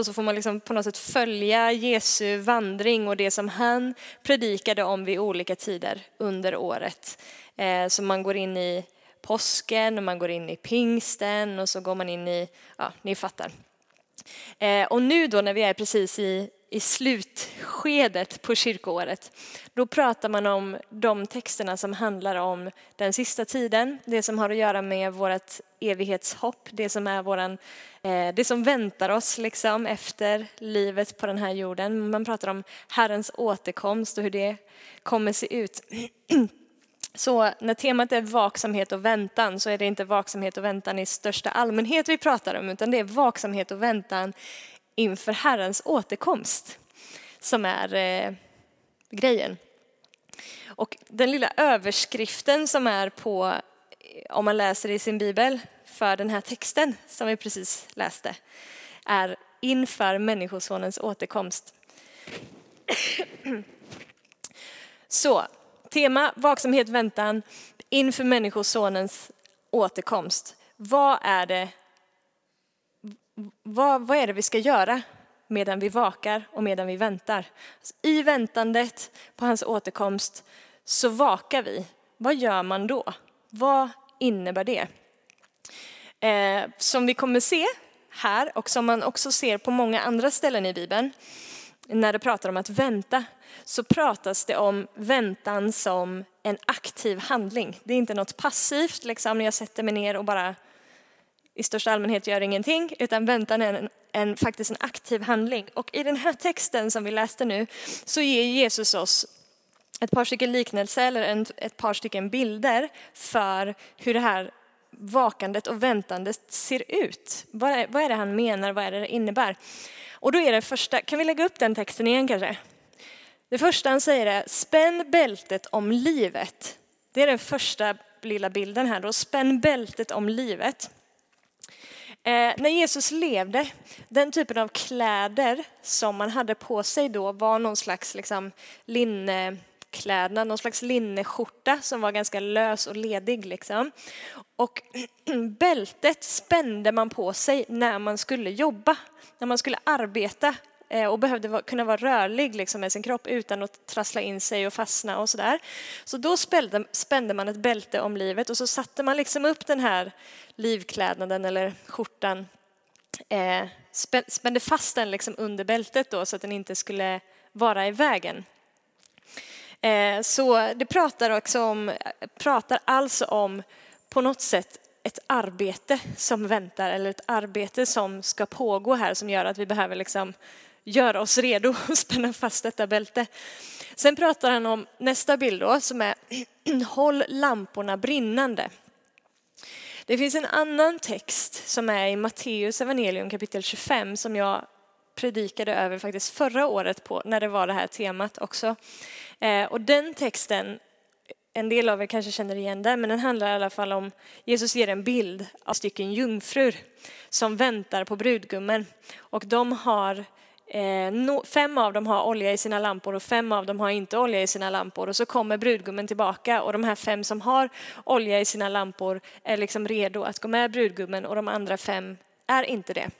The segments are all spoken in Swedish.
Och så får man liksom på något sätt följa Jesu vandring och det som han predikade om vid olika tider under året. Så man går in i påsken och man går in i pingsten och så går man in i, ja, ni fattar. Och nu då när vi är precis i slutskedet på kyrkoåret, då pratar man om de texterna som handlar om den sista tiden, det som har att göra med vårt evighetshopp, det som är det som väntar oss liksom efter livet på den här jorden. Man pratar om Herrens återkomst och hur det kommer se ut. Så när temat är vaksamhet och väntan så är det inte vaksamhet och väntan i största allmänhet vi pratar om, utan det är vaksamhet och väntan inför Herrens återkomst som är grejen. Och den lilla överskriften som är på, om man läser i sin bibel, för den här texten som vi precis läste, är inför människosonens återkomst. Så tema, vaksamhet, väntan inför människosonens återkomst. Vad är det vi ska göra medan vi vakar och medan vi väntar? Alltså, i väntandet på hans återkomst så vakar vi. Vad gör man då? Vad innebär det? Som vi kommer se här och som man också ser på många andra ställen i Bibeln, när det pratar om att vänta, så pratas det om väntan som en aktiv handling. Det är inte något passivt, liksom när jag sätter mig ner och bara i största allmänhet gör ingenting, utan väntan är faktiskt en aktiv handling. Och i den här texten som vi läste nu så ger Jesus oss ett par stycken liknelser eller ett par stycken bilder för hur det här vakandet och väntandet ser ut. Vad är det han menar? Vad är det innebär? Och då är det första, kan vi lägga upp den texten igen kanske? Det första han säger är: spänn bältet om livet. Det är den första lilla bilden här då. Spänn bältet om livet. När Jesus levde, den typen av kläder som man hade på sig då var någon slags liksom linneklädnad, någon slags linneskjorta som var ganska lös och ledig liksom. Och bältet spände man på sig när man skulle jobba, när man skulle arbeta och behövde kunna vara rörlig liksom med sin kropp utan att trassla in sig och fastna och sådär. Så då spände man ett bälte om livet och så satte man liksom upp den här livklädnaden eller skjortan, spände fast den liksom under bältet då så att den inte skulle vara i vägen. Så det pratar alltså om på något sätt ett arbete som väntar eller ett arbete som ska pågå här som gör att vi behöver liksom göra oss redo och spänna fast detta bälte. Sen pratar han om nästa bild då som är håll lamporna brinnande. Det finns en annan text som är i Matteus evangelium kapitel 25 som jag predikade över faktiskt förra året på när det var det här temat också. Och den texten, en del av er kanske känner igen den, men den handlar i alla fall om Jesus ger en bild av stycken jungfrur som väntar på brudgummen. Och de har 5 av dem har olja i sina lampor och 5 av dem har inte olja i sina lampor. Och så kommer brudgummen tillbaka och de här 5 som har olja i sina lampor är liksom redo att gå med brudgummen och de andra 5 är inte det.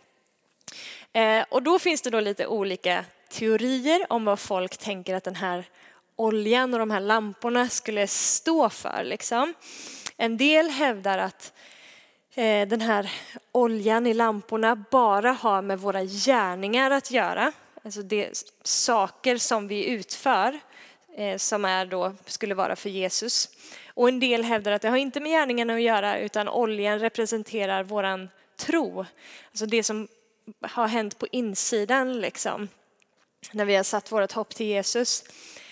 Och då finns det då lite olika teorier om vad folk tänker att den här oljan och de här lamporna skulle stå för. Liksom. En del hävdar att den här oljan i lamporna bara har med våra gärningar att göra. Alltså det saker som vi utför som är då, skulle vara för Jesus. Och en del hävdar att det har inte med gärningarna att göra utan oljan representerar våran tro. Alltså det som har hänt på insidan liksom. När vi har satt vårt hopp till Jesus.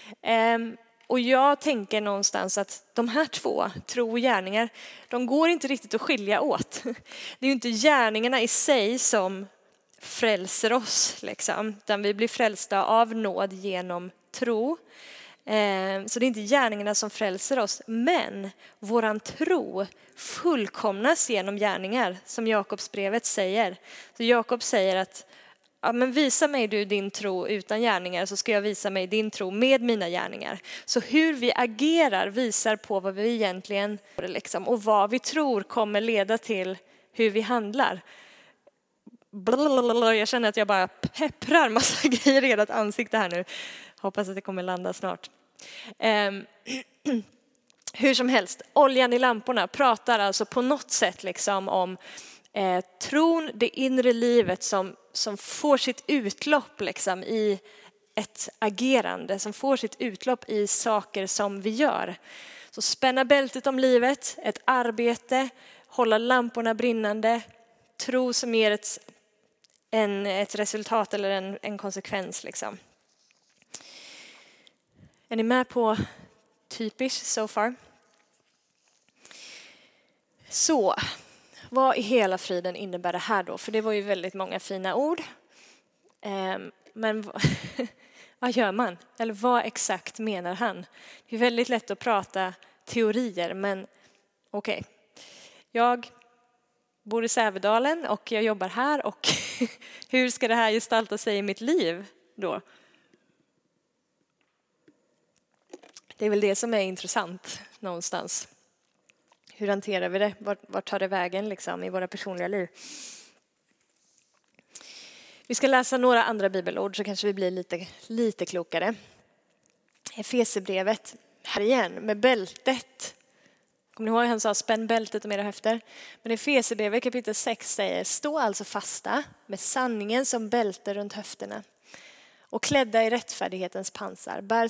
Och jag tänker någonstans att de här 2, tro och gärningar, de går inte riktigt att skilja åt. Det är ju inte gärningarna i sig som frälser oss, liksom, utan vi blir frälsta av nåd genom tro. Så det är inte gärningarna som frälser oss, men våran tro fullkomnas genom gärningar, som Jakobsbrevet säger. Så Jakob säger att ja, men visa mig du din tro utan gärningar så ska jag visa mig din tro med mina gärningar. Så hur vi agerar visar på vad vi egentligen liksom, och vad vi tror kommer leda till hur vi handlar. Jag känner att jag bara pepprar massa grejer i ert ansikte här nu. Hoppas att det kommer landa snart. Hur som helst, oljan i lamporna pratar alltså på något sätt liksom om tron, det inre livet som får sitt utlopp liksom i ett agerande, som får sitt utlopp i saker som vi gör. Så spänna bältet om livet, ett arbete, hålla lamporna brinnande, tro som ger ett resultat eller en konsekvens liksom. Är ni med på typiskt so far? Så, vad i hela friden innebär det här då? För det var ju väldigt många fina ord. Men vad gör man? Eller vad exakt menar han? Det är väldigt lätt att prata teorier, men okej. Jag bor i Sävedalen och jag jobbar här och hur ska det här gestalta sig i mitt liv då? Det är väl det som är intressant någonstans. Hur hanterar vi det? Vart tar det vägen liksom, i våra personliga liv? Vi ska läsa några andra bibelord så kanske vi blir lite klokare. Efesierbrevet, här igen, med bältet. Kommer ni ihåg han sa spänn bältet om era höfter? Men Efesierbrevet kapitel 6 säger stå alltså fasta med sanningen som bälte runt höfterna. Och klädda i rättfärdighetens pansar. Bär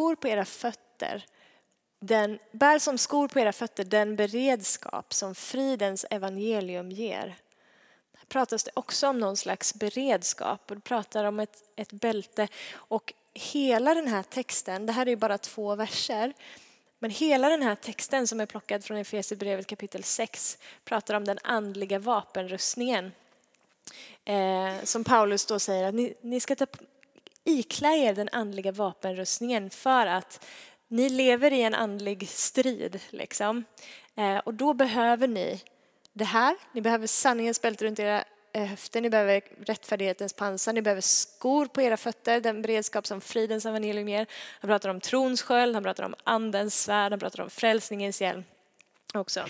som skor på era fötter den beredskap som fridens evangelium ger. Här pratas det också om någon slags beredskap och det pratar om ett bälte. Och hela den här texten, det här är ju bara 2 verser, men hela den här texten som är plockad från Efesierbrevet kapitel 6 pratar om den andliga vapenrustningen. Som Paulus då säger att ni ska iklä er den andliga vapenrustningen för att ni lever i en andlig strid liksom. Och då behöver ni det här. Ni behöver sanningens bälte runt era höfter. Ni behöver rättfärdighetens pansar. Ni behöver skor på era fötter. Den beredskap som fridens evangelium ger. Han pratar om trons sköld. Han pratar om andens svärd. Han pratar om frälsningens hjälm också.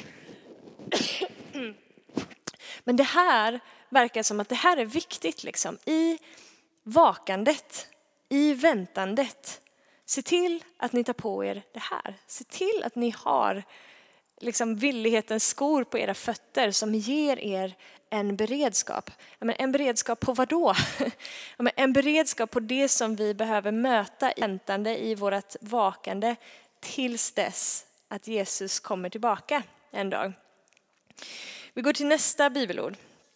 Men det här verkar som att det här är viktigt liksom. I vakandet, i väntandet. Se till att ni tar på er det här. Se till att ni har liksom villighetens skor på era fötter som ger er en beredskap. En beredskap på vad då? En beredskap på det som vi behöver möta i väntande i vårt vakande tills dess att Jesus kommer tillbaka en dag. Vi går till nästa bibelord.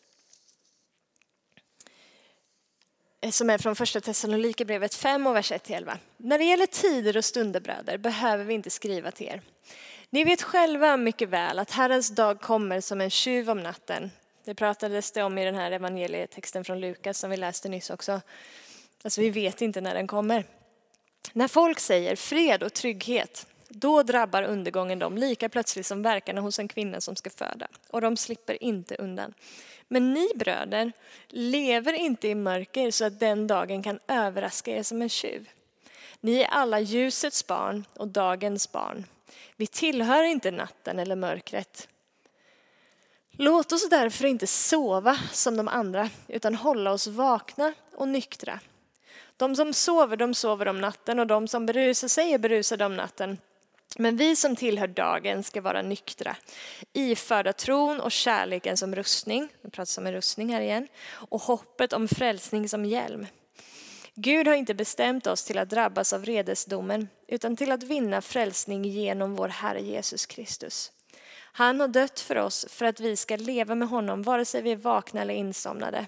Som är från första Thessalonikerbrevet 5 och vers 1-11. När det gäller tider och stunder, bröder, behöver vi inte skriva till er. Ni vet själva mycket väl att Herrens dag kommer som en tjuv om natten. Det pratades det om i den här evangelietexten från Lukas som vi läste nyss också. Alltså vi vet inte när den kommer. När folk säger fred och trygghet, då drabbar undergången dem lika plötsligt som verkarna hos en kvinna som ska föda. Och de slipper inte undan. Men ni bröder lever inte i mörker så att den dagen kan överraska er som en tjuv. Ni är alla ljusets barn och dagens barn. Vi tillhör inte natten eller mörkret. Låt oss därför inte sova som de andra utan hålla oss vakna och nyktra. De som sover, de sover om natten och de som berusar sig är berusade om natten. Men vi som tillhör dagen ska vara nyktra, iförda tron och kärleken som rustning, vi pratar om en rustning här igen, och hoppet om frälsning som hjälm. Gud har inte bestämt oss till att drabbas av redesdomen, utan till att vinna frälsning genom vår Herre Jesus Kristus. Han har dött för oss för att vi ska leva med honom, vare sig vi är vakna eller insomnade.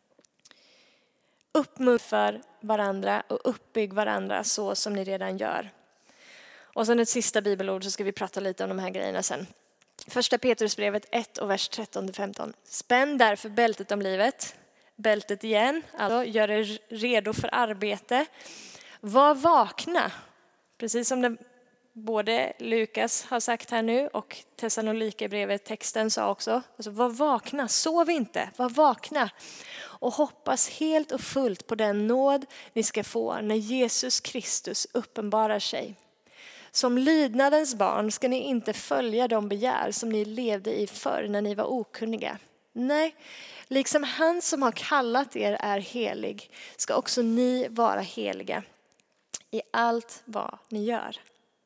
Uppmuntra varandra och uppbygg varandra så som ni redan gör. Och sen ett sista bibelord så ska vi prata lite om de här grejerna sen. Första Petrusbrevet 1 och vers 13-15. Spänn därför bältet om livet. Bältet igen, alltså gör er redo för arbete. Var vakna, precis som det både Lukas har sagt här nu och Thessalonikerbrevet texten sa också. Alltså var vakna, sov inte, var vakna. Och hoppas helt och fullt på den nåd ni ska få när Jesus Kristus uppenbarar sig. Som lydnadens barn ska ni inte följa de begär som ni levde i förr när ni var okunniga. Nej, Liksom han som har kallat er är helig ska också ni vara heliga i allt vad ni gör.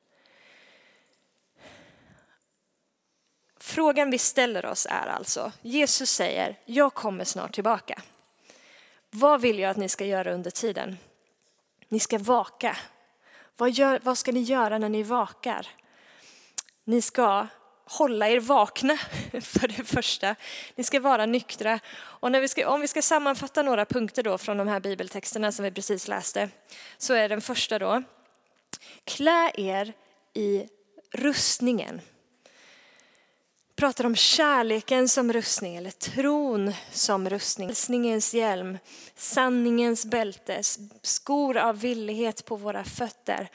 Frågan vi ställer oss är alltså, Jesus säger, jag kommer snart tillbaka. Vad vill jag att ni ska göra under tiden? Ni ska vaka. Vad ska ni göra när ni vakar? Ni ska hålla er vakna för det första. Ni ska vara nyktra. Och om vi ska sammanfatta några punkter då från de här bibeltexterna som vi precis läste, så är den första då: klä er i rustningen. Pratar om kärleken som rustning eller tron som rustning. Hälsningens hjälm, sanningens bälte, skor av villighet på våra fötter.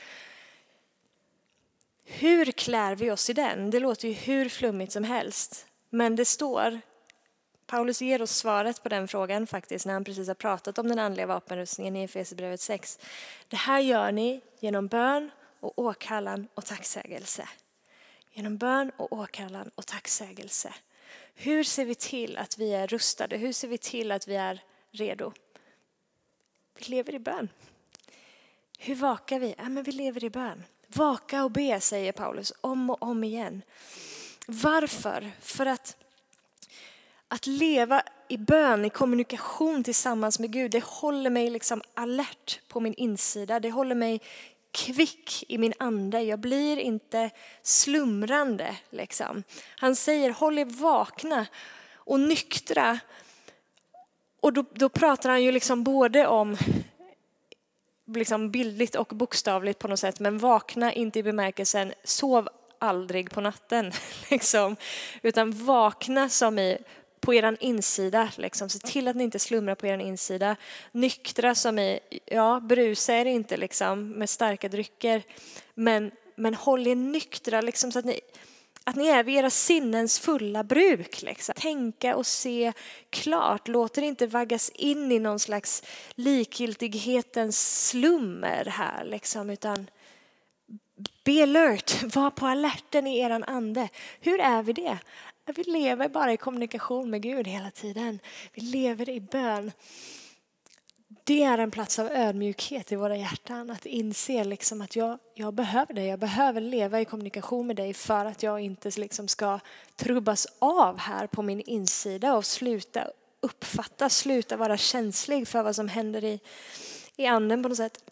Hur klär vi oss i den? Det låter ju hur flummigt som helst. Men det står, Paulus ger oss svaret på den frågan faktiskt när han precis har pratat om den andliga vapenrustningen i Efesierbrevet 6. Det här gör ni genom bön och åkallan och tacksägelse. Genom bön och åkallan och tacksägelse. Hur ser vi till att vi är rustade? Hur ser vi till att vi är redo? Vi lever i bön. Hur vakar vi? Ja, men vi lever i bön. Vaka och be, säger Paulus om och om igen. Varför? För att leva i bön, i kommunikation tillsammans med Gud, det håller mig liksom alert på min insida. Det håller mig kvick i min ande. Jag blir inte slumrande liksom. Han säger håll er vakna och nyktra. Och då pratar han ju liksom både om liksom bildligt och bokstavligt på något sätt, men vakna inte i bemärkelsen sov aldrig på natten liksom, utan vakna som i på eran insida liksom. Se till att ni inte slumrar på eran insida. Nyktra som i, ja, brusa er inte liksom med starka drycker, men håll er nyktra liksom, så att ni är vid era sinnens fulla bruk. Liksom. Tänka och se klart. Låt er inte vaggas in i någon slags likgiltighetens slummer här. Liksom, utan be alert. Var på alerten i eran ande. Hur är vi det? Vi lever bara i kommunikation med Gud hela tiden. Vi lever i bön. Det är en plats av ödmjukhet i våra hjärtan. Att inse liksom att jag behöver dig. Jag behöver leva i kommunikation med dig för att jag inte liksom ska trubbas av här på min insida och sluta uppfatta, sluta vara känslig för vad som händer i anden på något sätt.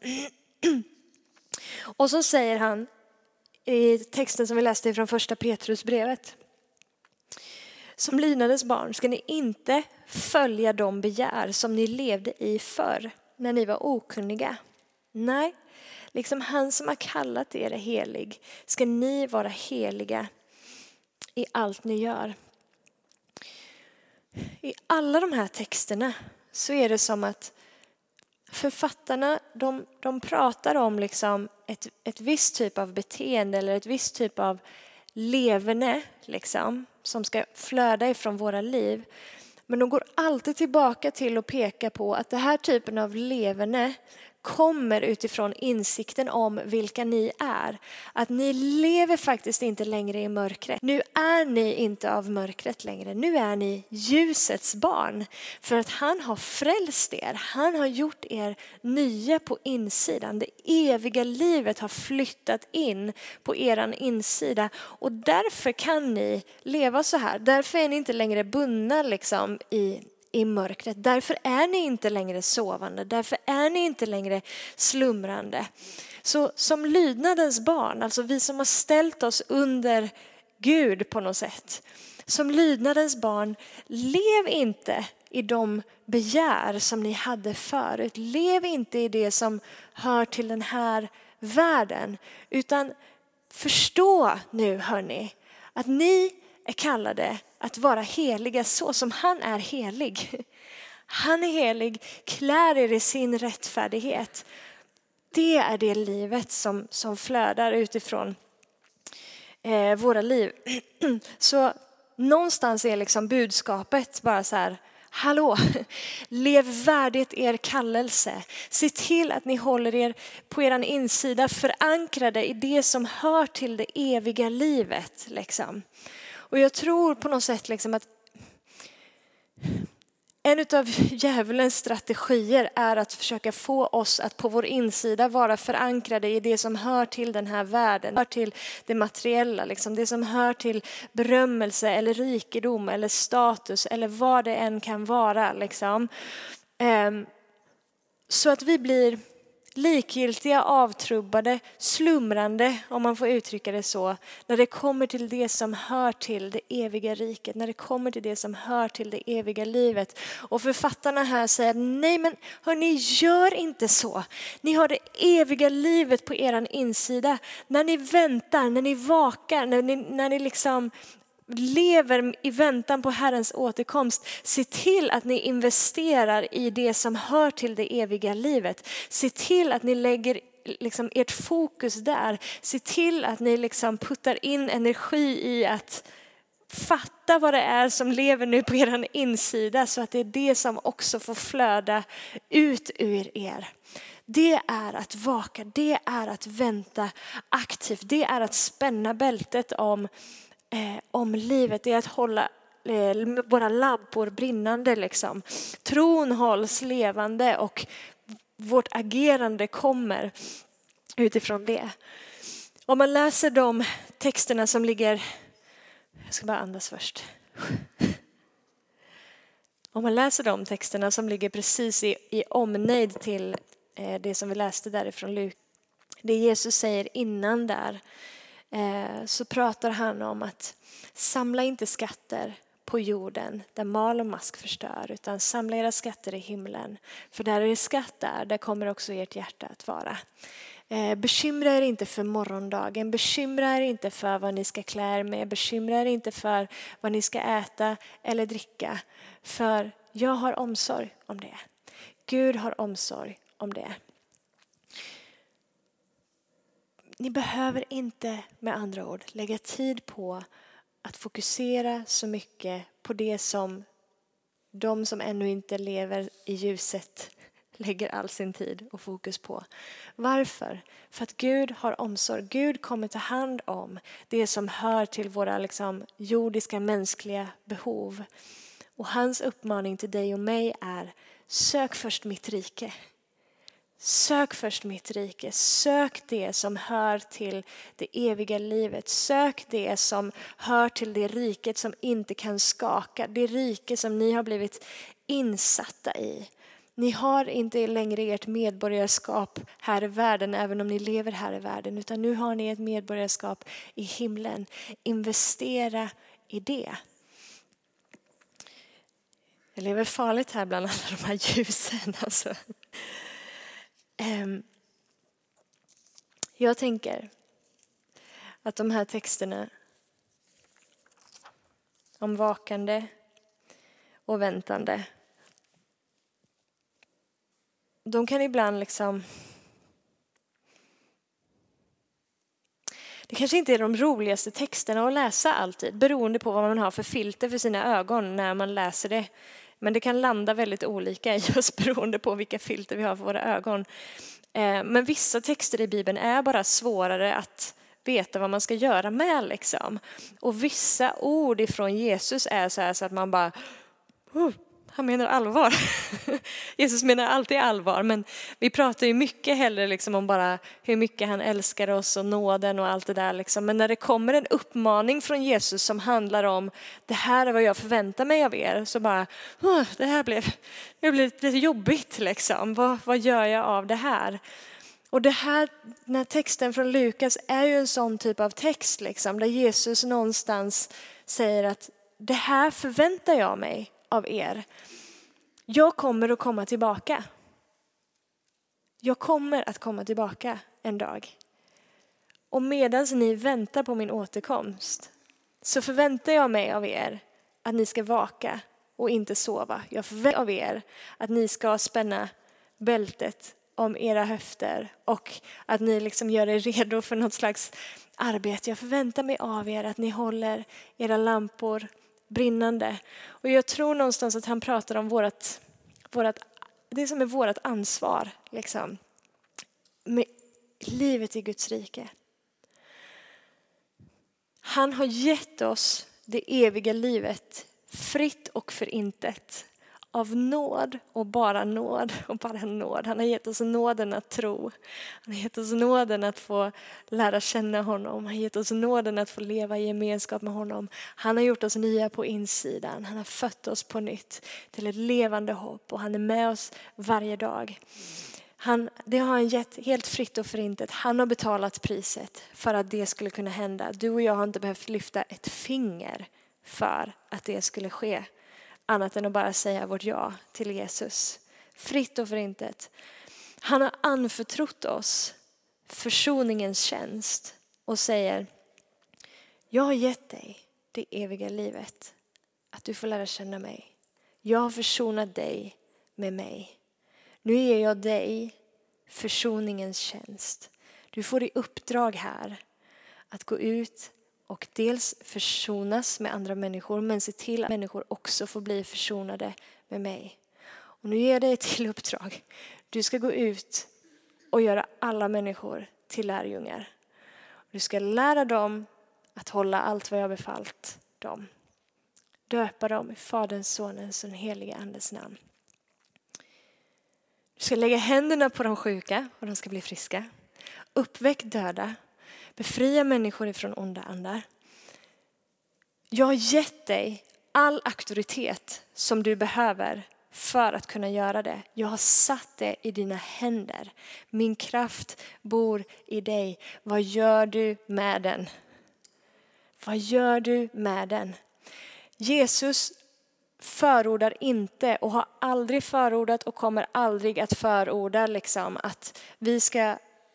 Och så säger han i texten som vi läste från första Petrusbrevet. Som lydnadens barn ska ni inte följa de begär som ni levde i förr när ni var okunniga. Nej, liksom han som har kallat er helig ska ni vara heliga i allt ni gör. I alla de här texterna så är det som att författarna de pratar om liksom ett visst typ av beteende eller ett visst typ av leverne liksom, som ska flöda ifrån våra liv. Men de går alltid tillbaka till att peka på att det här typen av leverne kommer utifrån insikten om vilka ni är. Att ni lever faktiskt inte längre i mörkret. Nu är ni inte av mörkret längre. Nu är ni ljusets barn. För att han har frälst er. Han har gjort er nya på insidan. Det eviga livet har flyttat in på eran insida. Och därför kan ni leva så här. Därför är ni inte längre bundna liksom i mörkret. Därför är ni inte längre sovande. Därför är ni inte längre slumrande. Så som lydnadens barn, alltså vi som har ställt oss under Gud på något sätt. Som lydnadens barn, lev inte i de begär som ni hade förut. Lev inte i det som hör till den här världen. Utan förstå nu hörni, att ni är kallade att vara heliga så som han är helig. Han är helig, klär er i sin rättfärdighet. Det är det livet som flödar utifrån våra liv. Så någonstans är liksom budskapet bara så här: hallå, lev värdigt er kallelse. Se till att ni håller er på er insida förankrade i det som hör till det eviga livet. Liksom. Och jag tror på något sätt liksom att En av djävulens strategier är att försöka få oss att på vår insida vara förankrade i det som hör till den här världen, hör till det materiella, liksom det som hör till berömmelse eller rikedom eller status eller vad det än kan vara. Liksom. Så att vi blir likgiltiga, avtrubbade, slumrande, om man får uttrycka det så, när det kommer till det som hör till det eviga riket, när det kommer till det som hör till det eviga livet. Och författarna här säger, nej men hörni, gör inte så. Ni har det eviga livet på eran insida. När ni väntar, när ni vakar, när ni liksom lever i väntan på Herrens återkomst, se till att ni investerar i det som hör till det eviga livet. Se till att ni lägger liksom ert fokus där. Se till att ni liksom puttar in energi i att fatta vad det är som lever nu på er insida, så att det är det som också får flöda ut ur er. Det är att vaka, det är att vänta aktivt, det är att spänna bältet om livet, det är att hålla våra lampor brinnande. Liksom. Tron hålls levande och vårt agerande kommer utifrån det. Om man läser de texterna som ligger, jag ska bara andas först. Om man läser de texterna som ligger precis i omnejd till det som vi läste därifrån Lukas, det Jesus säger innan där, så pratar han om att samla inte skatter på jorden där mal och mask förstör, utan samla era skatter i himlen. För där är det skatt där kommer också ert hjärta att vara. Bekymra er inte för morgondagen, bekymra er inte för vad ni ska klä er med, bekymra er inte för vad ni ska äta eller dricka. För jag har omsorg om det. Gud har omsorg om det. Ni behöver inte, med andra ord, lägga tid på att fokusera så mycket på det som de som ännu inte lever i ljuset lägger all sin tid och fokus på. Varför? För att Gud har omsorg. Gud kommer ta hand om det som hör till våra liksom jordiska mänskliga behov. Och hans uppmaning till dig och mig är: sök först mitt rike. Sök först mitt rike, sök det som hör till det eviga livet. Sök det som hör till det riket som inte kan skaka. Det rike som ni har blivit insatta i. Ni har inte längre ert medborgarskap här i världen, även om ni lever här i världen. Utan nu har ni ett medborgarskap i himlen. Investera i det. Jag lever farligt här bland alla de här ljusen. Alltså. Jag tänker att de här texterna om vakande och väntande, de kan ibland liksom, det kanske inte är de roligaste texterna att läsa alltid, beroende på vad man har för filter för sina ögon när man läser det. Men det kan landa väldigt olika just beroende på vilka filter vi har för våra ögon. Men vissa texter i Bibeln är bara svårare att veta vad man ska göra med. Liksom. Och vissa ord ifrån Jesus är så här så att man bara, han menar allvar. Jesus menar alltid allvar, men vi pratar ju mycket hellre liksom om bara hur mycket han älskar oss och nåden och allt det där. Liksom. Men när det kommer en uppmaning från Jesus som handlar om det här är vad jag förväntar mig av er, så bara, det här blev lite jobbigt. Liksom. Vad gör jag av det här? Och det här, den här texten från Lukas är ju en sån typ av text liksom, där Jesus någonstans säger att det här förväntar jag mig av er. Jag kommer att komma tillbaka. Jag kommer att komma tillbaka en dag. Och medan ni väntar på min återkomst så förväntar jag mig av er att ni ska vaka och inte sova. Jag förväntar mig av er att ni ska spänna bältet om era höfter och att ni liksom gör er redo för något slags arbete. Jag förväntar mig av er att ni håller era lampor brinnande. Och jag tror någonstans att han pratar om det som är vårt ansvar liksom, med livet i Guds rike. Han har gett oss det eviga livet fritt och för intet. Av nåd och bara nåd och bara nåd. Han har gett oss nåden att tro. Han har gett oss nåden att få lära känna honom. Han har gett oss nåden att få leva i gemenskap med honom. Han har gjort oss nya på insidan. Han har fött oss på nytt till ett levande hopp och han är med oss varje dag. Det har han gett helt fritt och förintet. Han har betalat priset för att det skulle kunna hända. Du och jag har inte behövt lyfta ett finger för att det skulle ske. Annat än att bara säga vårt ja till Jesus. Fritt och förintet. Han har anförtrott oss försoningens tjänst och säger: jag har gett dig det eviga livet. Att du får lära känna mig. Jag har försonat dig med mig. Nu ger jag dig försoningens tjänst. Du får i uppdrag här att gå ut och dels försonas med andra människor men se till att människor också får bli försonade med mig. Och nu ger jag dig till uppdrag. Du ska gå ut och göra alla människor till lärjungar. Du ska lära dem att hålla allt vad jag befallt dem. Döpa dem i Faderns, Sonens och den helige Andes namn. Du ska lägga händerna på de sjuka och de ska bli friska. Uppväck döda. Befria människor ifrån onda andar. Jag har gett dig all auktoritet som du behöver för att kunna göra det. Jag har satt det i dina händer. Min kraft bor i dig. Vad gör du med den? Vad gör du med den? Jesus förordar inte och har aldrig förordat och kommer aldrig att förorda att vi ska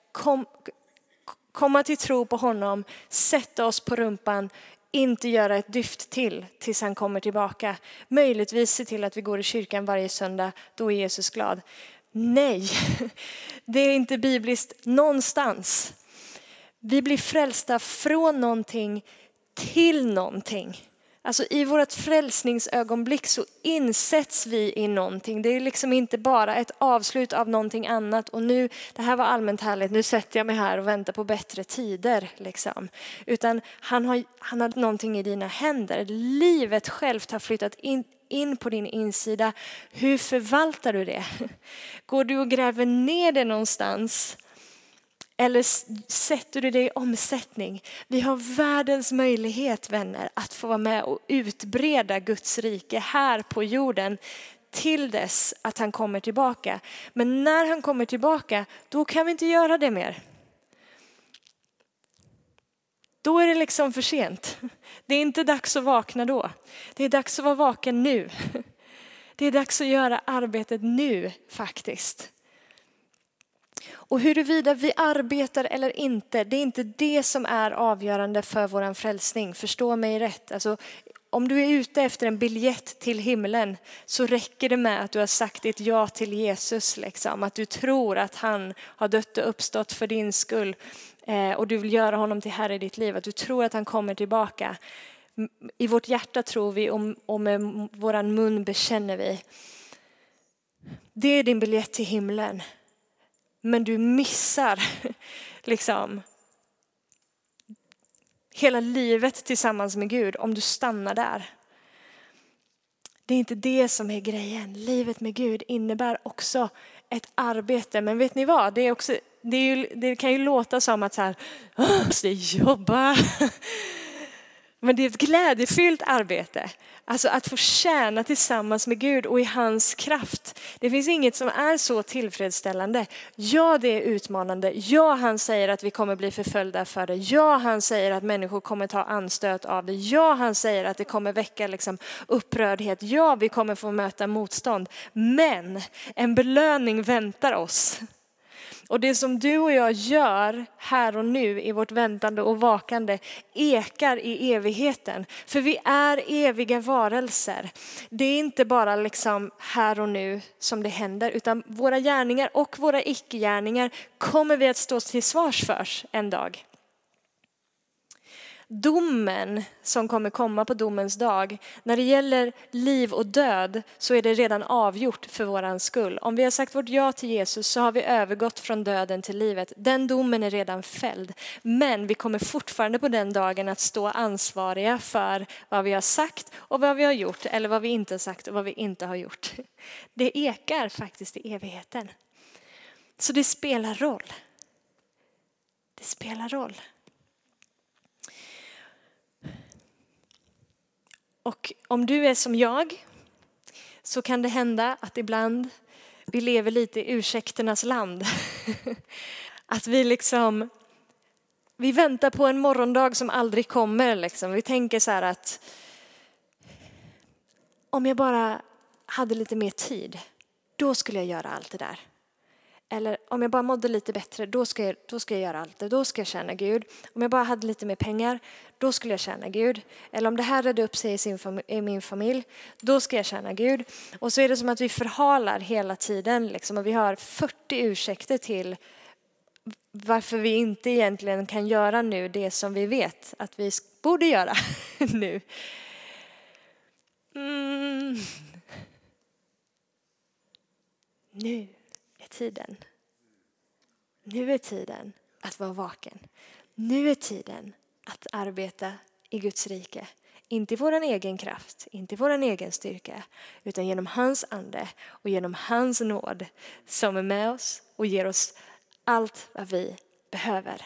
komma till tro på honom, sätta oss på rumpan, inte göra ett dyft tills han kommer tillbaka. Möjligtvis se till att vi går i kyrkan varje söndag, då är Jesus glad. Nej, det är inte bibliskt någonstans. Vi blir frälsta från någonting till någonting. Alltså i vårt frälsningsögonblick så insätts vi i någonting. Det är inte bara ett avslut av någonting annat. Och nu, det här var allmänt härligt, nu sätter jag mig här och väntar på bättre tider. Utan han har någonting i dina händer. Livet självt har flyttat in på din insida. Hur förvaltar du det? Går du och gräver ner det någonstans? Eller sätter du det i omsättning? Vi har världens möjlighet, vänner, att få vara med och utbreda Guds rike här på jorden till dess att han kommer tillbaka. Men när han kommer tillbaka, då kan vi inte göra det mer. Då är det för sent. Det är inte dags att vakna då. Det är dags att vara vaken nu. Det är dags att göra arbetet nu faktiskt. Och huruvida vi arbetar eller inte, det är inte det som är avgörande för våran frälsning. Förstå mig rätt. Alltså, om du är ute efter en biljett till himlen så räcker det med att du har sagt ditt ja till Jesus. Att du tror att han har dött och uppstått för din skull och du vill göra honom till herre i ditt liv. Att du tror att han kommer tillbaka. I vårt hjärta tror vi och med våran mun bekänner vi. Det är din biljett till himlen. Men du missar hela livet tillsammans med Gud om du stannar där. Det är inte det som är grejen. Livet med Gud innebär också ett arbete. Men vet ni vad? Det kan ju låta som att måste jobba. Men det är ett glädjefyllt arbete. Alltså att få tjäna tillsammans med Gud och i hans kraft. Det finns inget som är så tillfredsställande. Ja, det är utmanande. Ja, han säger att vi kommer bli förföljda för det. Ja, han säger att människor kommer ta anstöt av det. Ja, han säger att det kommer väcka upprördhet. Ja, vi kommer få möta motstånd. Men en belöning väntar oss. Och det som du och jag gör här och nu i vårt väntande och vakande ekar i evigheten. För vi är eviga varelser. Det är inte bara här och nu som det händer, utan våra gärningar och våra icke-gärningar kommer vi att stå till svars för en dag. domen som kommer komma på domens dag, när det gäller liv och död så är det redan avgjort för våran skull. Om vi har sagt vårt ja till Jesus så har vi övergått från döden till livet. Den domen är redan fälld. Men vi kommer fortfarande på den dagen att stå ansvariga för vad vi har sagt och vad vi har gjort, eller vad vi inte har sagt och vad vi inte har gjort. Det ekar faktiskt i evigheten. Så det spelar roll. Det spelar roll. Och om du är som jag så kan det hända att ibland vi lever lite i ursäkternas land. Att vi väntar på en morgondag som aldrig kommer. Liksom. Vi tänker så här att om jag bara hade lite mer tid, då skulle jag göra allt det där. Eller om jag bara mådde lite bättre, då ska jag göra allt det. Då ska jag tjäna Gud. Om jag bara hade lite mer pengar, då skulle jag tjäna Gud. Eller om det här redde upp sig i min familj, då ska jag tjäna Gud. Och så är det som att vi förhalar hela tiden. Liksom, och vi har 40 ursäkter till varför vi inte egentligen kan göra nu det som vi vet att vi borde göra nu. Nu är tiden. Nu är tiden att vara vaken. Nu är tiden att arbeta i Guds rike. Inte i vår egen kraft, inte i vår egen styrka, utan genom hans ande och genom hans nåd som är med oss och ger oss allt vad vi behöver.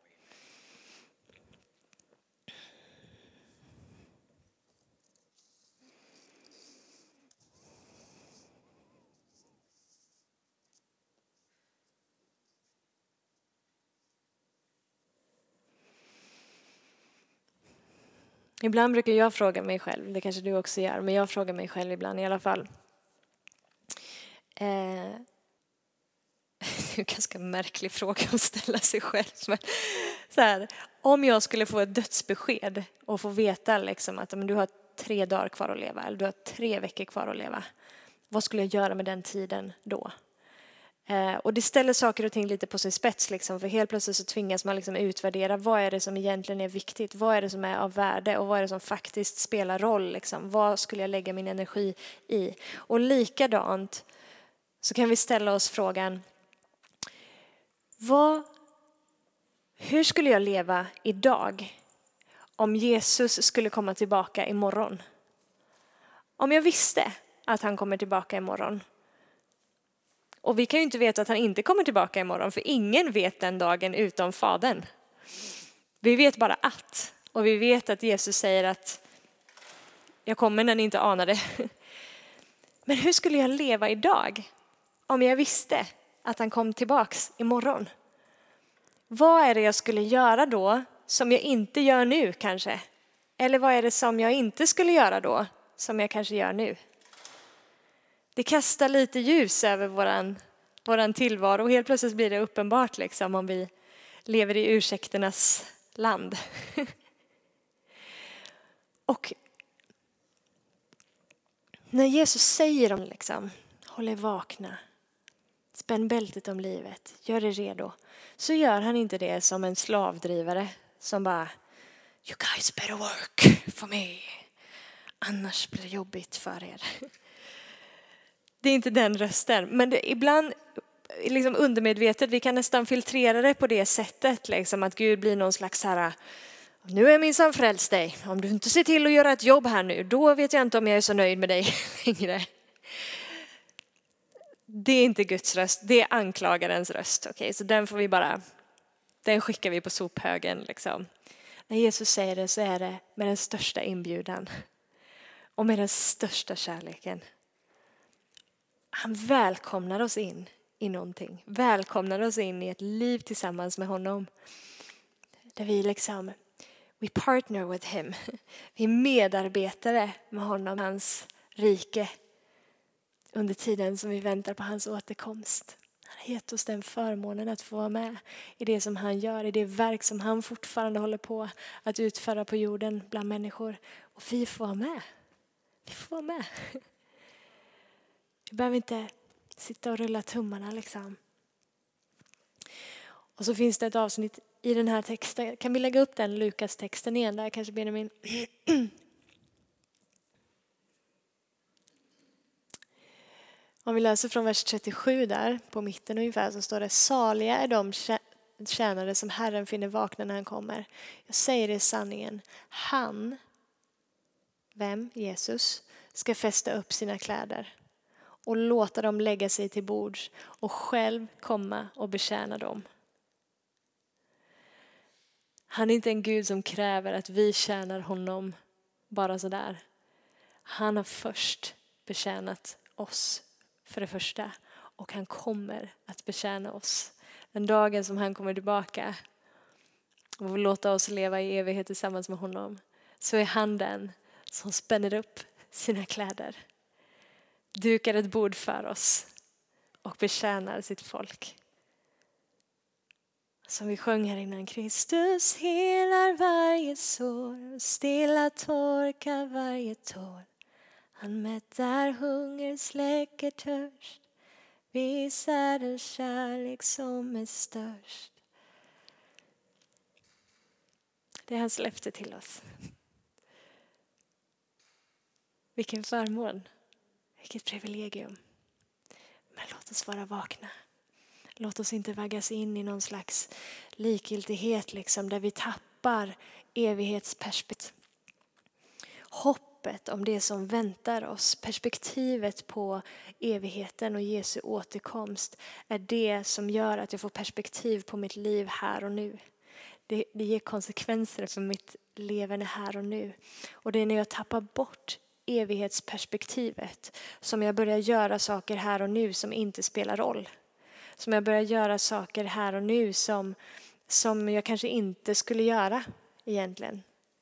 Ibland brukar jag fråga mig själv, det kanske du också gör, men jag frågar mig själv ibland i alla fall. Det är en ganska märklig fråga att ställa sig själv. Men så här, om jag skulle få ett dödsbesked och få veta liksom att du har 3 dagar kvar att leva eller du har 3 veckor kvar att leva. Vad skulle jag göra med den tiden då? Och det ställer saker och ting lite på sin spets. Liksom, för helt plötsligt så tvingas man liksom utvärdera vad är det som egentligen är viktigt. Vad är det som är av värde och vad är det som faktiskt spelar roll. Liksom. Vad skulle jag lägga min energi i? Och likadant så kan vi ställa oss frågan. Hur skulle jag leva idag om Jesus skulle komma tillbaka imorgon? Om jag visste att han kommer tillbaka imorgon. Och vi kan ju inte veta att han inte kommer tillbaka imorgon, för ingen vet den dagen utom Fadern. Vi vet bara att. Och vi vet att Jesus säger att jag kommer när ni inte anar det. Men hur skulle jag leva idag om jag visste att han kom tillbaks imorgon? Vad är det jag skulle göra då som jag inte gör nu kanske? Eller vad är det som jag inte skulle göra då som jag kanske gör nu? Det kastar lite ljus över våran tillvaro och helt plötsligt blir det uppenbart liksom, om vi lever i ursäkternas land. Och när Jesus säger om liksom, håll er vakna, spänn bältet om livet, gör er redo, så gör han inte det som en slavdrivare som bara, you guys better work for me, annars blir det jobbigt för er. Det är inte den rösten, men ibland liksom undermedvetet, vi kan nästan filtrera det på det sättet, liksom, att Gud blir någon slags här, nu är minsann frälst dig, om du inte ser till att göra ett jobb här nu, då vet jag inte om jag är så nöjd med dig längre. Det är inte Guds röst, det är anklagarens röst, okay? Så den skickar vi på sophögen. Liksom. När Jesus säger det så är det med den största inbjudan och med den största kärleken. Han välkomnar oss in i någonting. Välkomnar oss in i ett liv tillsammans med honom. Där vi liksom, we partner with him. Vi är medarbetare med honom, hans rike. Under tiden som vi väntar på hans återkomst. Han har gett oss den förmånen att få vara med i det som han gör. I det verk som han fortfarande håller på att utföra på jorden bland människor. Och vi får vara med. Vi får vara med. Vi behöver inte sitta och rulla tummarna liksom. Och så finns det ett avsnitt i den här texten. Kan vi lägga upp den Lukas-texten igen där kanske Benjamin? Om vi läser från vers 37 där på mitten ungefär så står det: saliga är de tjänare som Herren finner vakna när han kommer. Jag säger det sanningen. Han, vem? Jesus, ska fästa upp sina kläder och låta dem lägga sig till bords och själv komma och betjäna dem. Han är inte en Gud som kräver att vi tjänar honom bara sådär. Han har först betjänat oss för det första. Och han kommer att betjäna oss. Den dagen som han kommer tillbaka och låta oss leva i evighet tillsammans med honom. Så är han den som spänner upp sina kläder. Dukar ett bord för oss. Och betjänar sitt folk. Som vi sjöng här innan. Kristus helar varje sår. Stilla torkar varje tår. Han mättar hunger, släcker törst. Visar den kärlek som är störst. Det är hans löfte till oss. Vilken förmån. Vilket privilegium. Men låt oss vara vakna. Låt oss inte vaggas in i någon slags likgiltighet liksom, där vi tappar evighetsperspektiv. Hoppet om det som väntar oss, perspektivet på evigheten och Jesu återkomst är det som gör att jag får perspektiv på mitt liv här och nu. Det ger konsekvenser för mitt levande här och nu. Och det är när jag tappar bort evighetsperspektivet som jag börjar göra saker här och nu som inte spelar roll. Som jag börjar göra saker här och nu som jag kanske inte skulle göra egentligen.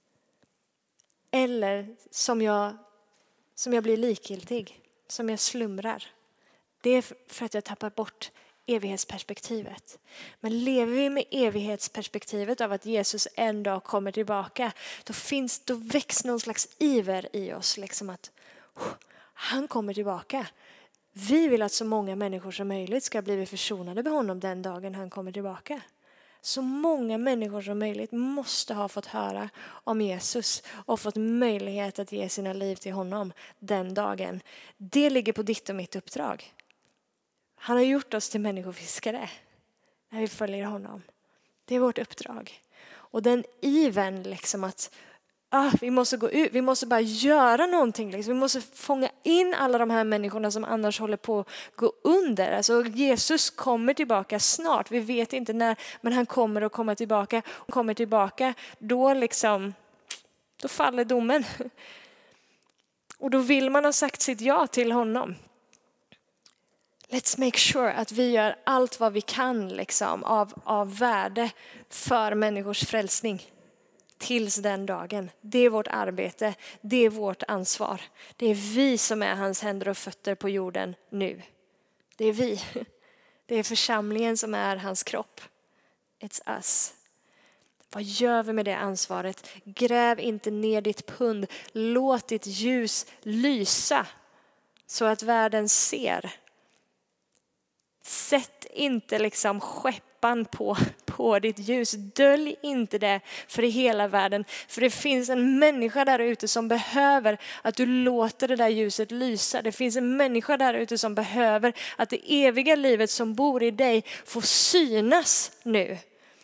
Eller som jag blir likgiltig, som jag slumrar. Det är för att jag tappar bort evighetsperspektivet. Men lever vi med evighetsperspektivet av att Jesus en dag kommer tillbaka, då väcks någon slags iver i oss. Liksom att han kommer tillbaka. Vi vill att så många människor som möjligt ska bli försonade med honom den dagen han kommer tillbaka. Så många människor som möjligt måste ha fått höra om Jesus och fått möjlighet att ge sina liv till honom den dagen. Det ligger på ditt och mitt uppdrag. Han har gjort oss till människofiskare när vi följer honom. Det är vårt uppdrag. Och den ivern liksom att vi måste gå ut, vi måste bara göra någonting. Liksom. Vi måste fånga in alla de här människorna som annars håller på att gå under. Alltså Jesus kommer tillbaka snart. Vi vet inte när, men han kommer att komma tillbaka. Och kommer tillbaka, då faller domen. Och då vill man ha sagt sitt ja till honom. Let's make sure att vi gör allt vad vi kan liksom, av värde för människors frälsning. Tills den dagen. Det är vårt arbete. Det är vårt ansvar. Det är vi som är hans händer och fötter på jorden nu. Det är vi. Det är församlingen som är hans kropp. It's us. Vad gör vi med det ansvaret? Gräv inte ner ditt pund. Låt ditt ljus lysa så att världen ser. Sätt inte liksom skäppan på ditt ljus. Dölj inte det för hela världen. För det finns en människa där ute som behöver att du låter det där ljuset lysa. Det finns en människa där ute som behöver att det eviga livet som bor i dig får synas nu.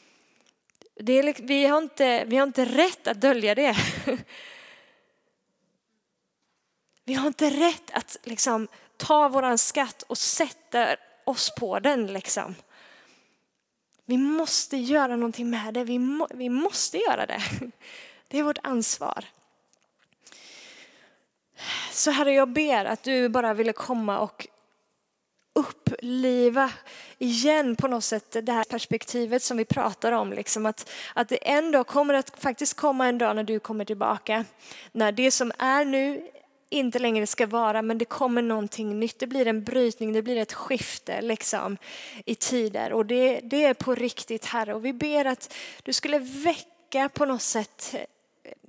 Vi har inte rätt att dölja det. Vi har inte rätt att liksom ta våran skatt och sätta oss på den liksom. Vi måste göra någonting med det. Vi måste göra det. Det är vårt ansvar. Så Herre, jag ber att du bara ville komma och uppliva igen på något sätt det här perspektivet som vi pratar om. Liksom att det ändå kommer att faktiskt komma en dag när du kommer tillbaka. När det som är nu inte längre ska vara, men det kommer någonting nytt. Det blir en brytning, det blir ett skifte liksom, i tider. Och det är på riktigt, Herre. Och vi ber att du skulle väcka på något sätt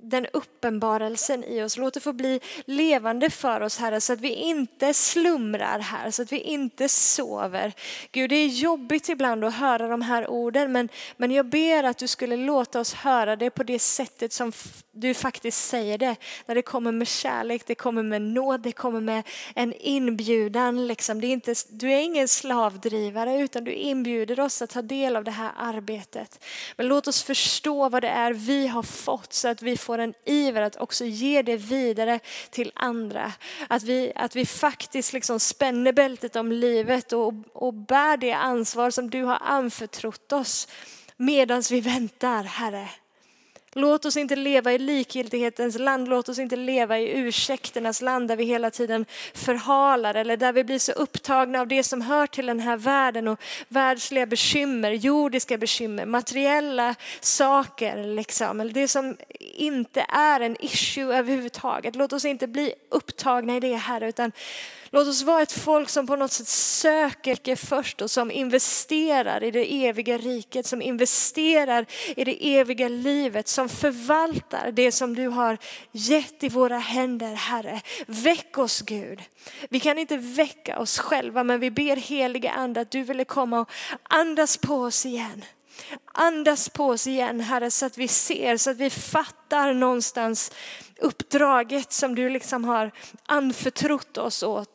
den uppenbarelsen i oss. Låt det få bli levande för oss, Herre, så att vi inte slumrar här, så att vi inte sover. Gud, det är jobbigt ibland att höra de här orden, men jag ber att du skulle låta oss höra det på det sättet som du faktiskt säger det. När det kommer med kärlek, det kommer med nåd, det kommer med en inbjudan. Liksom. Du är ingen slavdrivare, utan du inbjuder oss att ta del av det här arbetet. Men låt oss förstå vad det är vi har fått, så att vi får en iver att också ge det vidare till andra. Att vi faktiskt liksom spänner bältet om livet och bär det ansvar som du har anförtrott oss medan vi väntar, Herre. Låt oss inte leva i likgiltighetens land. Låt oss inte leva i ursäkternas land där vi hela tiden förhalar, eller där vi blir så upptagna av det som hör till den här världen och världsliga bekymmer, jordiska bekymmer, materiella saker liksom, eller det som inte är en issue överhuvudtaget. Låt oss inte bli upptagna i det, Herre, utan låt oss vara ett folk som på något sätt söker först och som investerar i det eviga riket, som investerar i det eviga livet, som förvaltar det som du har gett i våra händer, Herre. Väck oss, Gud. Vi kan inte väcka oss själva, men vi ber heliga ande att du ville komma och andas på oss igen. Andas på oss igen, Herre, så att vi ser, så att vi fattar någonstans uppdraget som du liksom har anförtrott oss åt.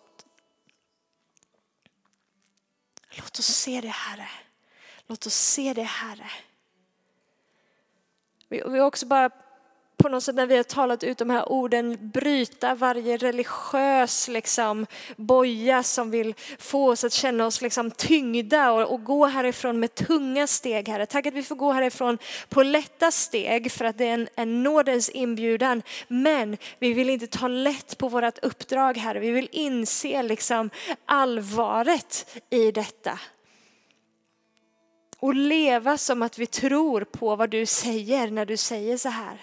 Låt oss se det, Herre. Låt oss se det, Herre. Vi också bara på något sätt, när vi har talat ut de här orden, bryta varje religiös liksom boja som vill få oss att känna oss liksom tyngda och gå härifrån med tunga steg, Herre. Tack att vi får gå härifrån på lätta steg, för att det är en nådens inbjudan. Men vi vill inte ta lätt på vårt uppdrag, Herre. Vi vill inse liksom allvaret i detta. Och leva som att vi tror på vad du säger när du säger så här.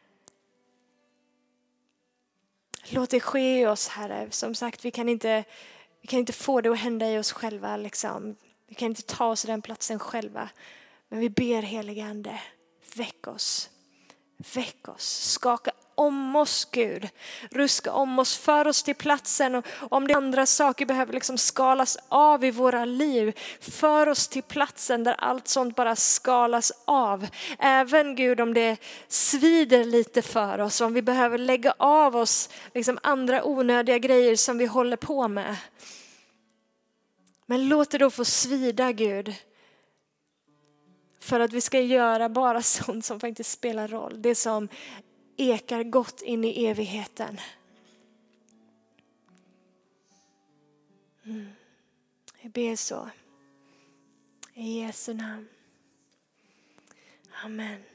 Låt det ske i oss, Herre. Som sagt, vi kan inte få det att hända i oss själva. Liksom. Vi kan inte ta oss den platsen själva. Men vi ber, heliga ande, väck oss. Väck oss. Skaka om oss, Gud. Ruska om oss, för oss till platsen. Och om det andra saker behöver liksom skalas av i våra liv, för oss till platsen där allt sånt bara skalas av. Även, Gud, om det svider lite för oss, om vi behöver lägga av oss liksom andra onödiga grejer som vi håller på med. Men låt det då få svida, Gud. För att vi ska göra bara sånt som faktiskt spelar roll. Det som ekar gott in i evigheten. Jag ber så. I Jesu namn. Amen.